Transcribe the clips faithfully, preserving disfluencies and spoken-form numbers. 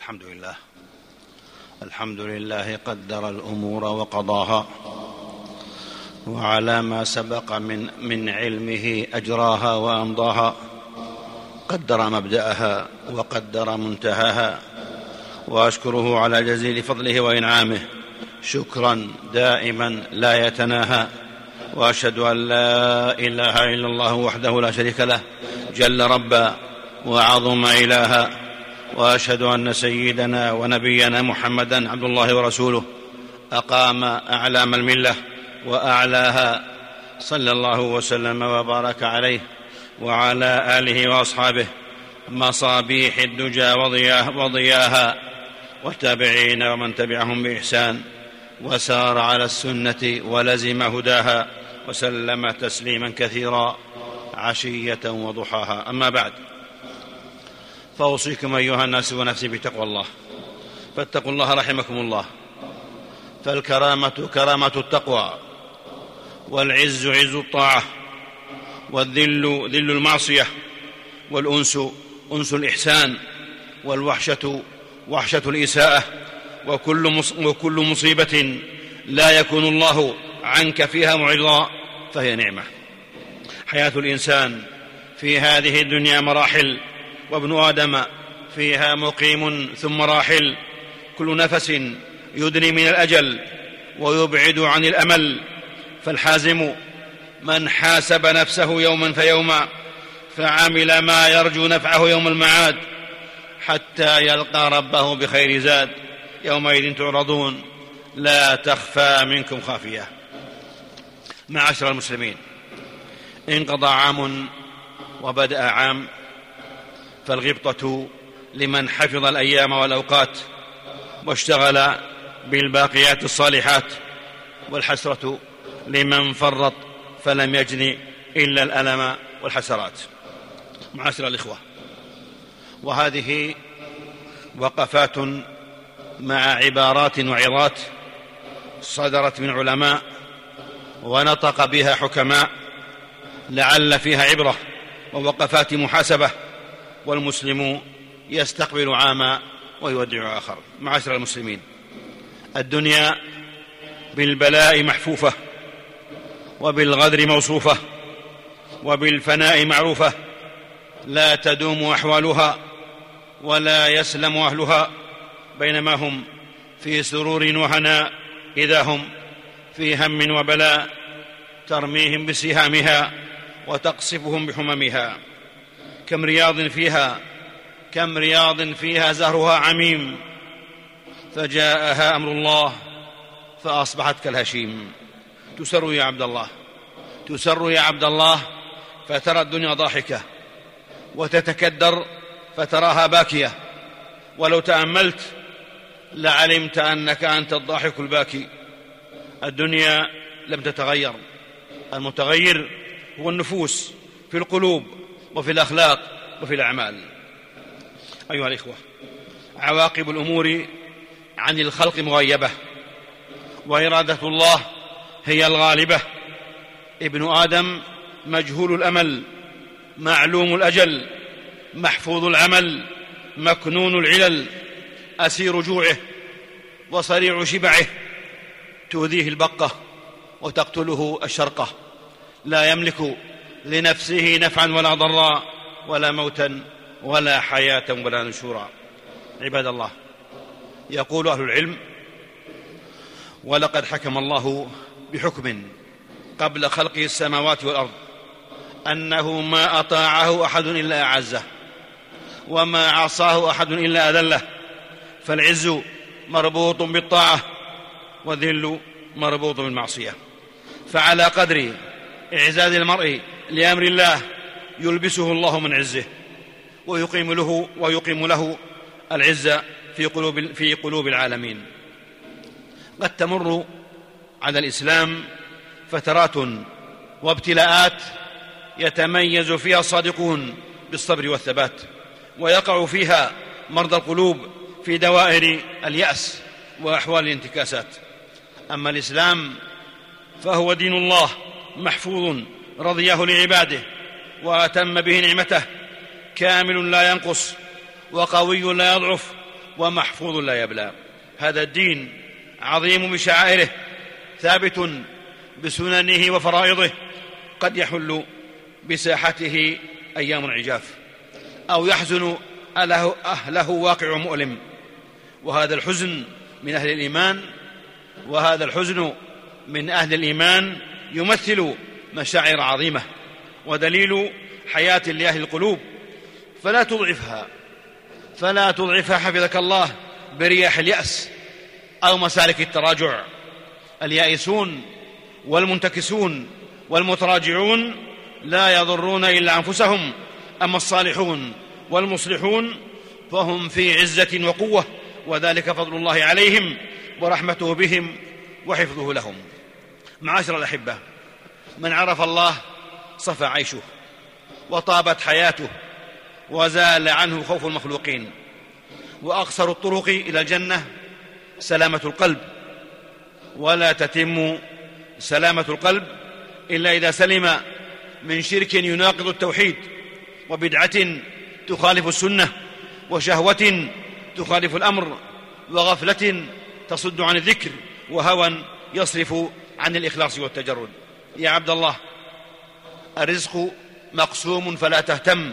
الحمد لله الحمد لله قدر الأمور وقضاها، وعلى ما سبق من, من علمه أجراها وأمضاها، قدر مبدأها وقدر منتهاها، وأشكره على جزيل فضله وإنعامه شكرا دائما لا يتناهى، وأشهد أن لا إله إلا الله وحده لا شريك له جل ربا وعظم إلها، وأشهد أن سيدنا ونبينا محمدا عبد الله ورسوله أقام أعلام الملة وأعلاها، صلى الله وسلم وبارك عليه وعلى آله وأصحابه مصابيح الدجى وضياها، والتابعين ومن تبعهم بإحسان وسار على السنة ولزم هداها، وسلم تسليما كثيرا عشية وضحاها. أما بعد، فأوصيكم أيها الناس ونفسي بتقوى الله، فاتقوا الله رحمكم الله، فالكرامة كرامة التقوى، والعز عز الطاعة، والذل ذل المعصية، والأنس أنس الإحسان، والوحشة وحشة الإساءة، وكل وكل مصيبة لا يكون الله عنك فيها معرضا فهي نعمة. حياة الإنسان في هذه الدنيا مراحل، وابن آدم فيها مقيم ثم راحل، كل نفس يدني من الأجل ويبعد عن الأمل، فالحازم من حاسب نفسه يوما فيوما فعمل ما يرجو نفعه يوم المعاد، حتى يلقى ربه بخير زاد، يومئذ تعرضون لا تخفى منكم خافية. معاشر المسلمين، انقضى عام وبدأ عام، فالغبطة لمن حفظ الأيام والأوقات واشتغل بالباقيات الصالحات، والحسرة لمن فرط فلم يجن إلا الألم والحسرات. معاشر الإخوة، وهذه وقفات مع عبارات وعظات صدرت من علماء ونطق بها حكماء، لعل فيها عبرة ووقفات محاسبة، والمسلم يستقبل عاما ويودع آخر. معاشر المسلمين، الدنيا بالبلاء محفوفة، وبالغدر موصوفة، وبالفناء معروفة، لا تدوم أحوالها ولا يسلم أهلها، بينما هم في سرور وهناء إذا هم في هم وبلاء ترميهم بسهامها وتقصفهم بحممها. كم رياض فيها كم رياض فيها زهرها عميم، فجاءها أمر الله فأصبحت كالهشيم. تسر يا عبد الله تسر يا عبد الله فترى الدنيا ضاحكة، وتتكدر فتراها باكية، ولو تأملت لعلمت أنك أنت الضاحك الباكي. الدنيا لم تتغير، المتغير هو النفوس في القلوب وفي الأخلاق وفي الأعمال. أيها الإخوة، عواقب الأمور عن الخلق مغيبة، وإرادة الله هي الغالبة. ابن آدم مجهول الأمل، معلوم الأجل، محفوظ العمل، مكنون العلل، أسير جوعه وصريع شبعه، تؤذيه البقة وتقتله الشرقة، لا يملك لنفسه نفعا ولا ضرا، ولا موتا ولا حياة ولا نشورا. عباد الله، يقول أهل العلم: ولقد حكم الله بحكم قبل خلقه السماوات والأرض أنه ما أطاعه أحد إلا أعزه، وما عصاه أحد إلا أذله، فالعز مربوط بالطاعة، والذل مربوط بالمعصية. فعلى قدر إعزاز المرء لأمر الله يلبسه الله من عزه، ويقيم له ويقيم له العزة في قلوب في قلوب العالمين. قد تمر على الإسلام فترات وابتلاءات يتميز فيها الصادقون بالصبر والثبات، ويقع فيها مرضى القلوب في دوائر اليأس وأحوال الانتكاسات. أما الإسلام فهو دين الله محفوظ رضيه لعباده وأتم به نعمته، كامل لا ينقص، وقوي لا يضعف، ومحفوظ لا يبلى. هذا الدين عظيم بشعائره، ثابت بسننه وفرائضه، قد يحل بساحته أيام عجاف، أو يحزن أهله واقع مؤلم، وهذا الحزن من أهل الإيمان وهذا الحزن من أهل الإيمان يمثل مشاعر عظيمة ودليل حياة لأهل القلوب، فلا تضعفها فلا تضعفها حفظك الله برياح اليأس أو مسالك التراجع. اليائسون والمنتكسون والمتراجعون لا يضرون إلا أنفسهم، أما الصالحون والمصلحون فهم في عزة وقوة، وذلك فضل الله عليهم ورحمته بهم وحفظه لهم. معاشر الأحبة، من عرف الله صفى عيشه وطابت حياته وزال عنه خوف المخلوقين، وأقصر الطرق إلى الجنة سلامة القلب، ولا تتم سلامة القلب إلا إذا سلم من شرك يناقض التوحيد، وبدعة تخالف السنة، وشهوة تخالف الأمر، وغفلة تصد عن الذكر، وهوى يصرف عن الإخلاص والتجرد. يا عبد الله، الرزق مقسوم فلا تهتم،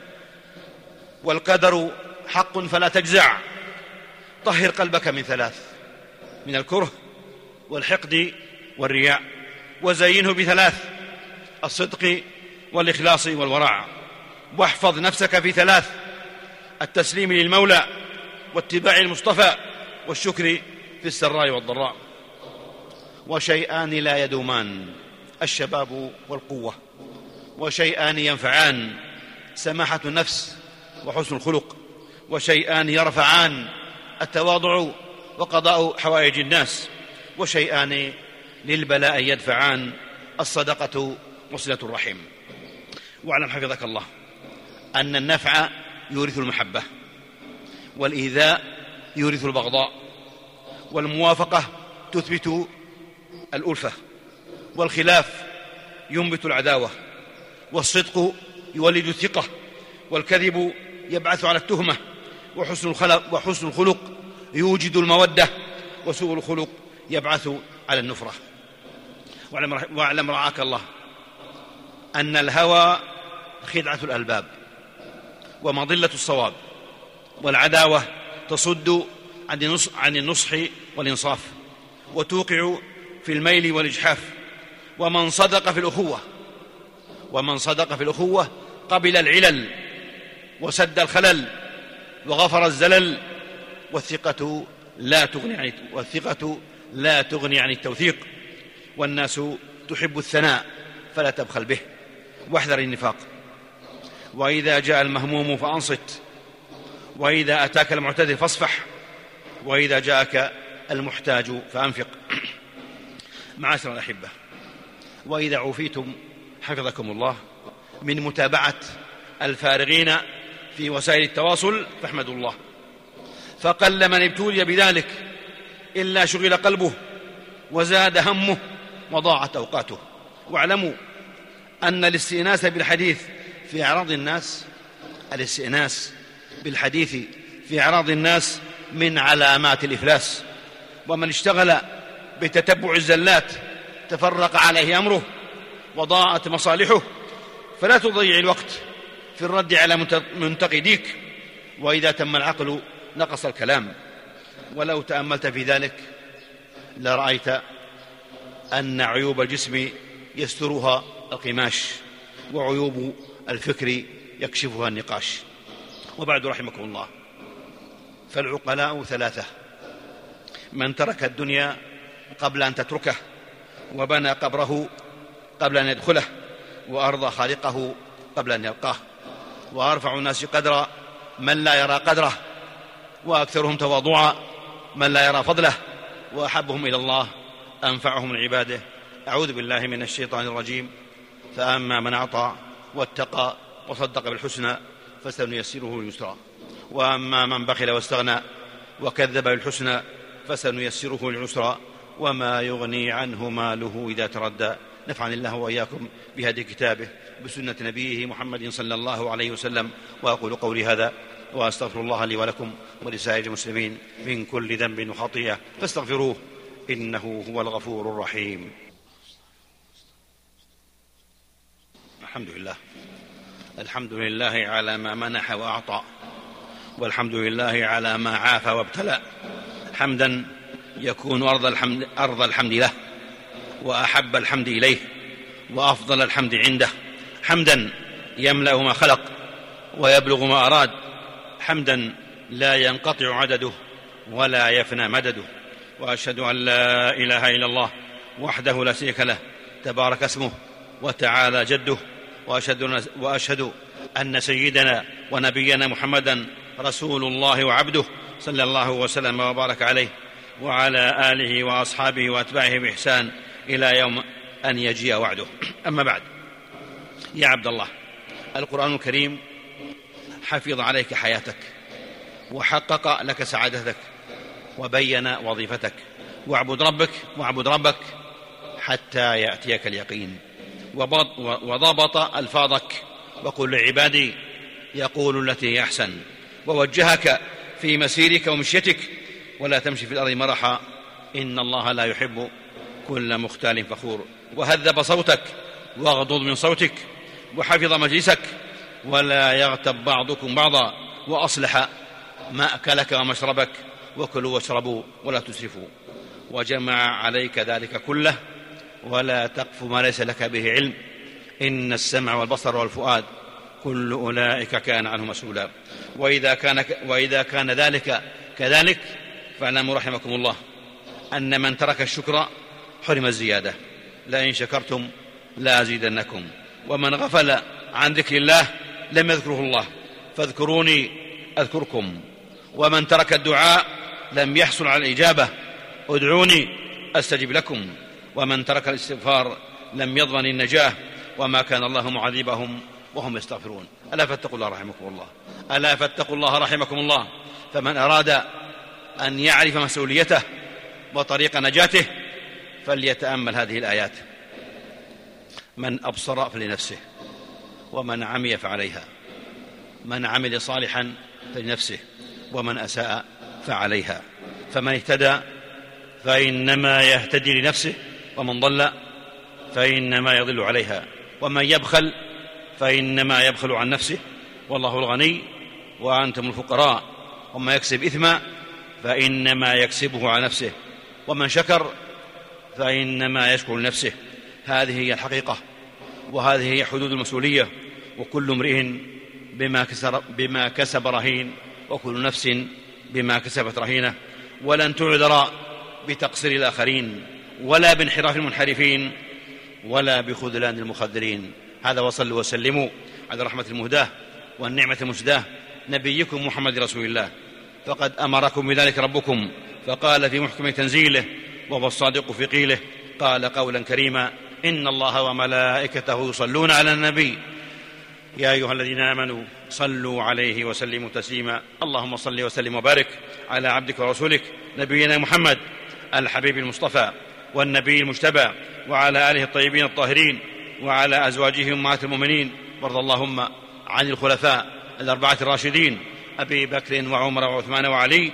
والقدر حق فلا تجزع. طهر قلبك من ثلاث: من الكره والحقد والرياء، وزينه بثلاث: الصدق والإخلاص والورع. واحفظ نفسك في ثلاث: التسليم للمولى، واتباع المصطفى، والشكر في السراء والضراء. وشيئان لا يدومان: الشباب والقوة. وشيئان ينفعان: سماحة النفس وحسن الخلق. وشيئان يرفعان: التواضع وقضاء حوائج الناس. وشيئان للبلاء يدفعان: الصدقة وصلة الرحم. واعلم حفظك الله أن النفع يورث المحبة، والإيذاء يورث البغضاء، والموافقة تثبت الألفة، والخلاف ينبت العداوة، والصدق يولد الثقة، والكذب يبعث على التهمة، وحسن الخلق, وحسن الخلق يوجد المودة، وسوء الخلق يبعث على النفرة. واعلم رعاك الله أن الهوى خدعة الألباب ومضلة الصواب، والعداوة تصد عن النصح والإنصاف، وتوقع في الميل والإجحاف. ومن صدق في الأخوة ومن صدق في الأخوة قبل العلل وسد الخلل وغفر الزلل. والثقة لا تغني عن والثقة لا تغني عن التوثيق. والناس تحب الثناء فلا تبخل به، واحذر النفاق. وإذا جاء المهموم فأنصت، وإذا أتاك المعتذر فاصفح، وإذا جاءك المحتاج فأنفق. معاشر الأحبة، وإذا عوفيتم حفظكم الله من متابعة الفارغين في وسائل التواصل فاحمدوا الله، فقل من ابتلي بذلك إلا شغل قلبه وزاد همه وضاعت أوقاته. واعلموا أن الاستئناس بالحديث في أعراض الناس الاستئناس بالحديث في أعراض الناس من علامات الإفلاس. ومن اشتغل بتتبع الزلات تفرق عليه أمره وضاعت مصالحه. فلا تضيع الوقت في الرد على منتقديك، وإذا تم العقل نقص الكلام. ولو تأملت في ذلك لرأيت أن عيوب الجسم يسترها القماش، وعيوب الفكر يكشفها النقاش. وبعد رحمكم الله، فالعقلاء ثلاثة: من ترك الدنيا قبل أن تتركه، وبنى قبره قبل أن يدخله، وأرضى خالقه قبل أن يلقاه. وأرفع الناس قدرا من لا يرى قدره، وأكثرهم تواضعا من لا يرى فضله، وأحبهم إلى الله أنفعهم لعباده. أعوذ بالله من الشيطان الرجيم. فأما من أعطى واتقى وصدق بالحسنى فسنيسره لليسرى، وأما من بخل واستغنى وكذب بالحسنى فسنيسره للعسرى، وما يغني عنه ماله إذا تردى. نفعني الله وإياكم بهدي كتابه بسنة نبيه محمد صلى الله عليه وسلم. وأقول قولي هذا وأستغفر الله لي ولكم ولسائر المسلمين من كل ذنب وخطيئة فاستغفروه إنه هو الغفور الرحيم. الحمد لله الحمد لله على ما منح وأعطى، والحمد لله على ما عافى وابتلى، حمدا يكون أرض الحمد, أرض الحمد له، وأحب الحمد إليه، وأفضل الحمد عنده، حمدا يملأ ما خلق ويبلغ ما أراد، حمدا لا ينقطع عدده ولا يفنى مدده. وأشهد أن لا إله إلا الله وحده لا شريك له تبارك اسمه وتعالى جده، وأشهد, وأشهد أن سيدنا ونبينا محمدا رسول الله وعبده صلى الله وسلم وبارك عليه وعلى آله وأصحابه وأتباعه بإحسان إلى يوم أن يجيء وعده. أما بعد، يا عبد الله، القرآن الكريم حفظ عليك حياتك وحقق لك سعادتك وبين وظيفتك، واعبد ربك واعبد ربك حتى يأتيك اليقين، وضبط ألفاظك وقل لعبادي يقول التي هي أحسن، ووجهك في مسيرك ومشيتك ولا تمشي في الأرض مرحا إن الله لا يحب كل مختال فخور، وهذب صوتك واغضض من صوتك، وحفظ مجلسك ولا يغتب بعضكم بعضا، وأصلح مأكلك ومشربك وكلوا واشربوا ولا تسرفوا، وجمع عليك ذلك كله ولا تقف ما ليس لك به علم، إن السمع والبصر والفؤاد كل أولئك كان عنه مسؤولا. وإذا كان, وإذا كان ذلك كذلك فاعلموا رحمكم الله أن من ترك الشكر حرم الزيادة، لئن شكرتم لأزيدنكم، ومن غفل عن ذكر الله لم يذكره الله فاذكروني أذكركم، ومن ترك الدعاء لم يحصل على الإجابة ادعوني أستجب لكم، ومن ترك الاستغفار لم يضمن النجاة، وما كان الله معذبهم وهم يستغفرون. ألا فاتقوا الله رحمكم الله ألا فاتقوا الله رحمكم الله فمن أراد أن يعرف مسؤوليته وطريق نجاته فليتأمل هذه الآيات: من أبصر فلنفسه، ومن عمي فعليها، من عمل صالحا فلنفسه، ومن أساء فعليها، فمن اهتدى فإنما يهتدي لنفسه، ومن ضل فإنما يضل عليها، ومن يبخل فإنما يبخل عن نفسه، والله الغني وأنتم الفقراء، ومن يكسب إثما فإنما يكسبه على نفسه، ومن شكر فإنما يشكر لنفسه. هذه هي الحقيقة، وهذه هي حدود المسؤولية، وكل امرئ بما كسب, بما كسب رهين، وكل نفس بما كسبت رهينة، ولن تعذر بتقصير الآخرين ولا بانحراف المنحرفين ولا بخذلان المخذلين. هذا، وصلوا وسلموا على رحمة المهداة والنعمة المسداة نبيكم محمد رسول الله، فقد أمركم بذلك ربكم فقال في محكم تنزيله وهو الصادق في قيله، قال قولا كريما: إن الله وملائكته يصلون على النبي يا أيها الذين آمنوا صلوا عليه وسلموا تسليما. اللهم صل وسلم وبارك على عبدك ورسولك نبينا محمد الحبيب المصطفى والنبي المجتبى، وعلى آله الطيبين الطاهرين، وعلى أزواجه أمهات المؤمنين، وارض اللهم عن الخلفاء الأربعة الراشدين أبي بكر وعمر وعثمان وعلي،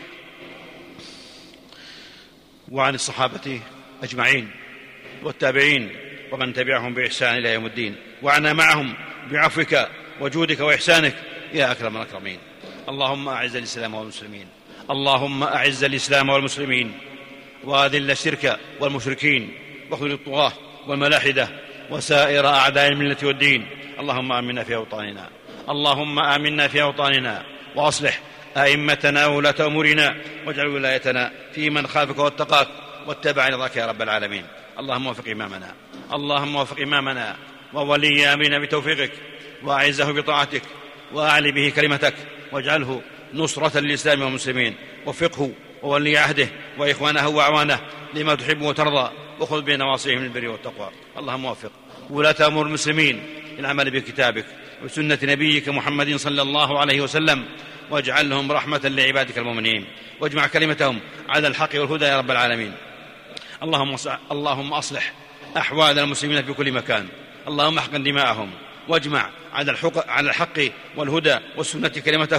وعن الصحابة أجمعين والتابعين ومن تبعهم بإحسان إلى يوم الدين، وعنا معهم بعفوك وجودك وإحسانك يا أكرم الأكرمين. اللهم أعز الإسلام والمسلمين اللهم أعز الإسلام والمسلمين وأذل الشرك والمشركين، واخذل الطغاة والملاحدة وسائر أعداء الملة والدين. اللهم آمنا في أوطاننا اللهم آمنا في أوطاننا وأصلح أئمتنا وولاة أمورنا، واجعل ولايتنا في من خافك واتقاك واتبع رضاك يا رب العالمين. اللهم وفق إمامنا اللهم وفق إمامنا وولي أمرنا بتوفيقك، وأعزه بطاعتك، وأعلي به كلمتك، واجعله نصرة للإسلام والمسلمين. وفقه وولي عهده وإخوانه وأعوانه لما تحب وترضى، وخذ بنواصيهم من البر والتقوى. اللهم وفق ولاة أمور المسلمين للعمل بكتابك وسنة نبيك محمد صلى الله عليه وسلم، واجعلهم رحمة لعبادك المؤمنين، واجمع كلمتهم على الحق والهدى يا رب العالمين. اللهم اللهم أصلح أحوال المسلمين في كل مكان، اللهم احقن دماءهم، واجمع على الحق والهدى والسنة كلمتهم،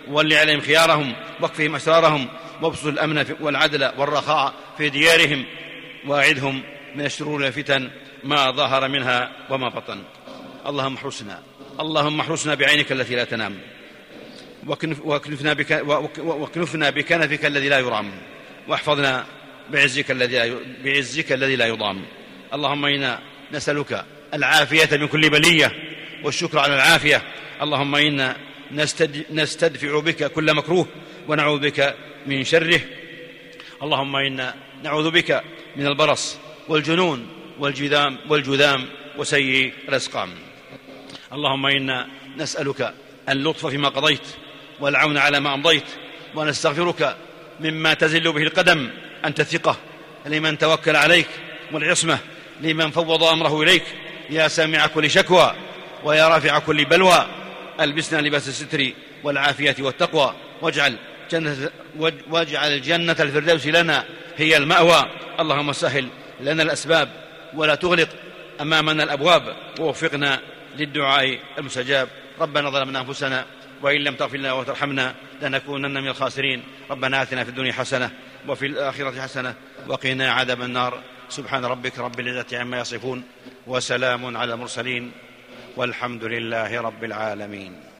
وول عليهم خيارهم واكفهم أسرارهم وابسط الأمن والعدل والرخاء في ديارهم واعذهم من الشرور والفتن ما ظهر منها وما بطن. اللهم احرسنا اللهم احرسنا بعينك التي لا تنام واكنفنا, بك واكنفنا بكنفك الذي لا يرام واحفظنا بعزك الذي بعزك الذي لا يضام. اللهم إنا نسألك العافية من كل بلية والشكر على العافية. اللهم إنا نستدفع بك كل مكروه ونعوذ بك من شره. اللهم إنا نعوذ بك من البرص والجنون والجذام والجذام وسيء الأسقام. اللهم إنا نسألك اللطف فيما قضيت والعون على ما أمضيت ونستغفرك مما تزل به القدم. أنت الثقة لمن توكل عليك والعصمة لمن فوض أمره إليك. يا سامع كل شكوى ويا رافع كل بلوى ألبسنا لباس الستر والعافية والتقوى واجعل جنة, واجعل الجنة الفردوس لنا هي المأوى. اللهم سهل لنا الأسباب ولا تغلق أمامنا الأبواب ووفقنا للدعاء المستجاب. ربنا ظلمنا أنفسنا وإن لم تغفر لنا وترحمنا لنكونن من الخاسرين. ربنا آتنا في الدنيا حسنة وفي الآخرة حسنة وقنا عذاب النار. سبحان ربك رب العزة عما يصفون وسلام على المرسلين والحمد لله رب العالمين.